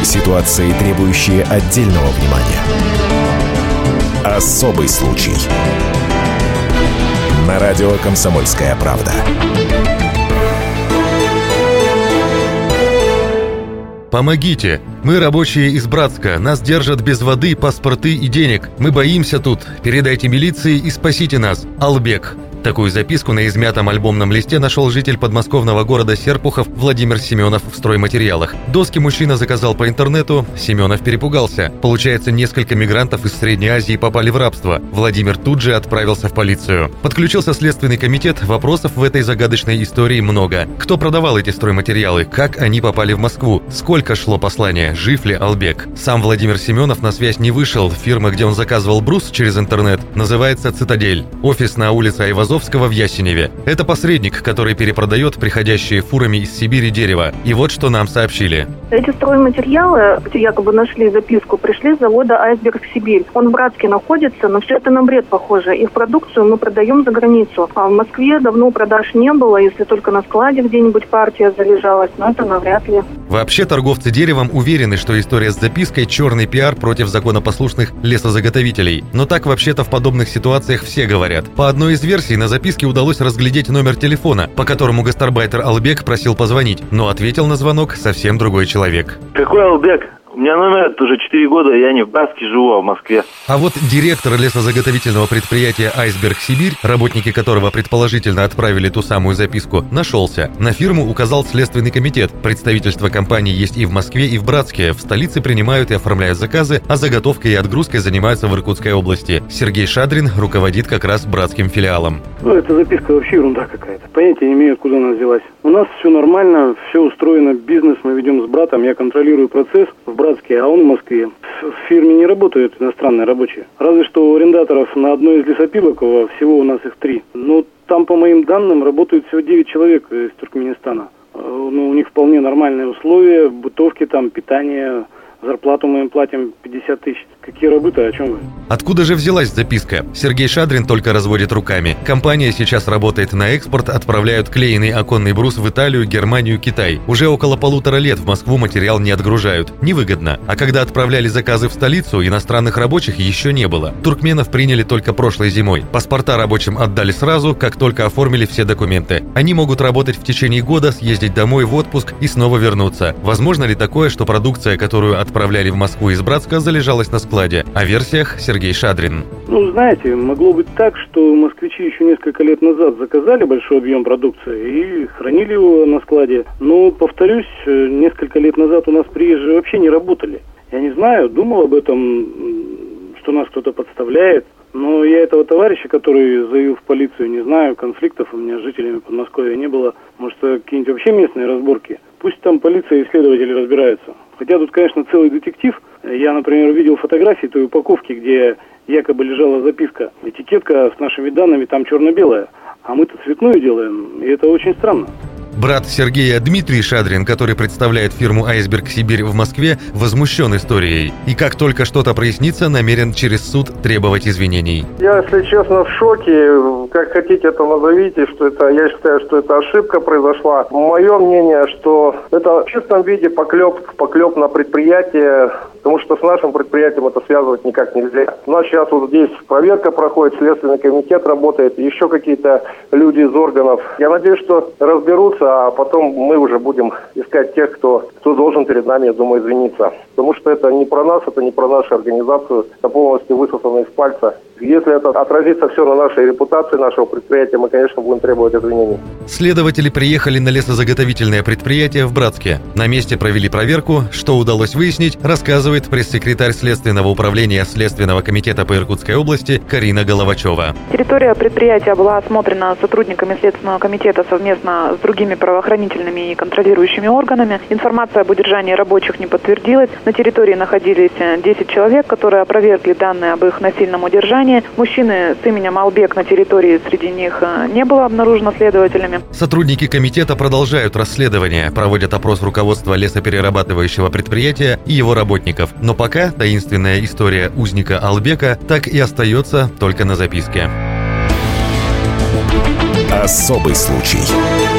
Ситуации, требующие отдельного внимания. Особый случай. На радио «Комсомольская правда». Помогите! Мы рабочие из Братска. Нас держат без воды, паспорты и денег. Мы боимся тут. Передайте милиции и спасите нас. Албек. Такую записку на измятом альбомном листе нашел житель подмосковного города Серпухов Владимир Семенов в стройматериалах. Доски мужчина заказал по интернету. Семенов перепугался. Получается, несколько мигрантов из Средней Азии попали в рабство. Владимир тут же отправился в полицию. Подключился Следственный комитет. Вопросов в этой загадочной истории много. Кто продавал эти стройматериалы? Как они попали в Москву? Сколько шло послание? Жив ли Албек? Сам Владимир Семенов на связь не вышел. Фирма, где он заказывал брус через интернет, называется «Цитадель». Офис на улице Айвазовского в Ясеневе. Это посредник, который перепродает приходящие фурами из Сибири дерево. И вот что нам сообщили. Эти стройматериалы, где якобы нашли записку, пришли с завода «Айсберг Сибирь». Он в Братске находится, но все это на бред похоже. Их продукцию мы продаем за границу. А в Москве давно продаж не было, если только на складе где-нибудь партия залежалась, но это навряд ли. Вообще торговцы деревом уверены, что история с запиской – черный пиар против законопослушных лесозаготовителей. Но так вообще-то в подобных ситуациях все говорят. По одной из версий, на записке удалось разглядеть номер телефона, по которому гастарбайтер Албек просил позвонить, но ответил на звонок совсем другой человек. Какой Албек? У меня номер уже 4 года, я не в Братске живу, а в Москве. А вот директор лесозаготовительного предприятия «Айсберг Сибирь», работники которого предположительно отправили ту самую записку, нашелся. На фирму указал Следственный комитет. Представительство компании есть и в Москве, и в Братске. В столице принимают и оформляют заказы, а заготовкой и отгрузкой занимаются в Иркутской области. Сергей Шадрин руководит как раз братским филиалом. Эта записка вообще ерунда какая-то. Понятия не имею, откуда она взялась. У нас все нормально, все устроено, бизнес мы ведем с братом, я контролирую процесс в Братске, а он в Москве. В фирме не работают иностранные рабочие. Разве что у арендаторов на одной из лесопилок, всего у нас их 3. Но там, по моим данным, работают всего 9 человек из Туркменистана. У них вполне нормальные условия, бытовки там, питание, зарплату мы им платим 50 тысяч. Какие рабы-то, о чем вы? Откуда же взялась записка? Сергей Шадрин только разводит руками. Компания сейчас работает на экспорт, отправляют клееный оконный брус в Италию, Германию, Китай. Уже около 1,5 лет в Москву материал не отгружают. Невыгодно. А когда отправляли заказы в столицу, иностранных рабочих еще не было. Туркменов приняли только прошлой зимой. Паспорта рабочим отдали сразу, как только оформили все документы. Они могут работать в течение года, съездить домой в отпуск и снова вернуться. Возможно ли такое, что продукция, которую отправляли в Москву из Братска, залежалась на складе? О версиях Сергей Шадрин. Знаете, могло быть так, что москвичи еще несколько лет назад заказали большой объем продукции и хранили его на складе. Но, повторюсь, несколько лет назад у нас приезжие вообще не работали. Я не знаю, думал об этом, что нас кто-то подставляет. Но я этого товарища, который заявил в полицию, не знаю, конфликтов у меня с жителями Подмосковья не было. Может, какие-нибудь вообще местные разборки. Пусть там полиция и следователи разбираются. Хотя тут, конечно, целый детектив. Я, например, увидел фотографии той упаковки, где якобы лежала записка. Этикетка с нашими данными там черно-белая, а мы-то цветную делаем, и это очень странно. Брат Сергея Дмитрий Шадрин, который представляет фирму «Айсберг Сибирь» в Москве, возмущен историей. И как только что-то прояснится, намерен через суд требовать извинений. Я, если честно, в шоке. Как хотите, это назовите, что это, я считаю, что это ошибка произошла. Мое мнение, что это в чистом виде поклеп на предприятие, потому что с нашим предприятием это связывать никак нельзя. У нас сейчас вот здесь проверка проходит, Следственный комитет работает, еще какие-то люди из органов. Я надеюсь, что разберутся, а потом мы уже будем искать тех, кто должен перед нами, я думаю, извиниться. Потому что это не про нас, это не про нашу организацию, это полностью высосано из пальца. Если это отразится все на нашей репутации нашего предприятия, мы, конечно, будем требовать извинений. Следователи приехали на лесозаготовительное предприятие в Братске. На месте провели проверку. Что удалось выяснить, рассказывает пресс-секретарь Следственного управления Следственного комитета по Иркутской области Карина Головачева. Территория предприятия была осмотрена сотрудниками Следственного комитета совместно с другими правоохранительными и контролирующими органами. Информация об удержании рабочих не подтвердилась. На территории находились 10 человек, которые опровергли данные об их насильном удержании. Мужчины с именем Албек на территории среди них не было обнаружено следователями. Сотрудники комитета продолжают расследование, проводят опрос руководства лесоперерабатывающего предприятия и его работников. Но пока таинственная история узника Албека так и остается только на записке. Особый случай.